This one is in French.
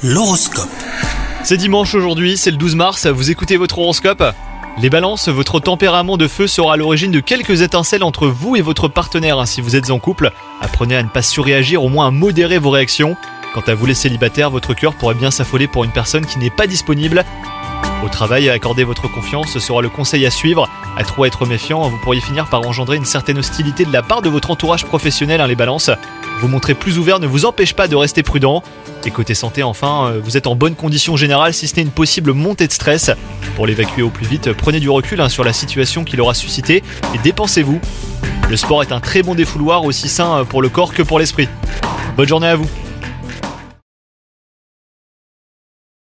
L'horoscope. C'est dimanche aujourd'hui, c'est le 12 mars, vous écoutez votre horoscope. Les balances, votre tempérament de feu sera à l'origine de quelques étincelles entre vous et votre partenaire si vous êtes en couple. Apprenez à ne pas surréagir, au moins à modérer vos réactions. Quant à vous les célibataires, votre cœur pourrait bien s'affoler pour une personne qui n'est pas disponible. Au travail, accorder votre confiance sera le conseil à suivre. À trop être méfiant, vous pourriez finir par engendrer une certaine hostilité de la part de votre entourage professionnel, les balances. Vous montrer plus ouvert ne vous empêche pas de rester prudent. Et côté santé, enfin, vous êtes en bonne condition générale si ce n'est une possible montée de stress. Pour l'évacuer au plus vite, prenez du recul sur la situation qu'il aura suscité et dépensez-vous. Le sport est un très bon défouloir, aussi sain pour le corps que pour l'esprit. Bonne journée à vous.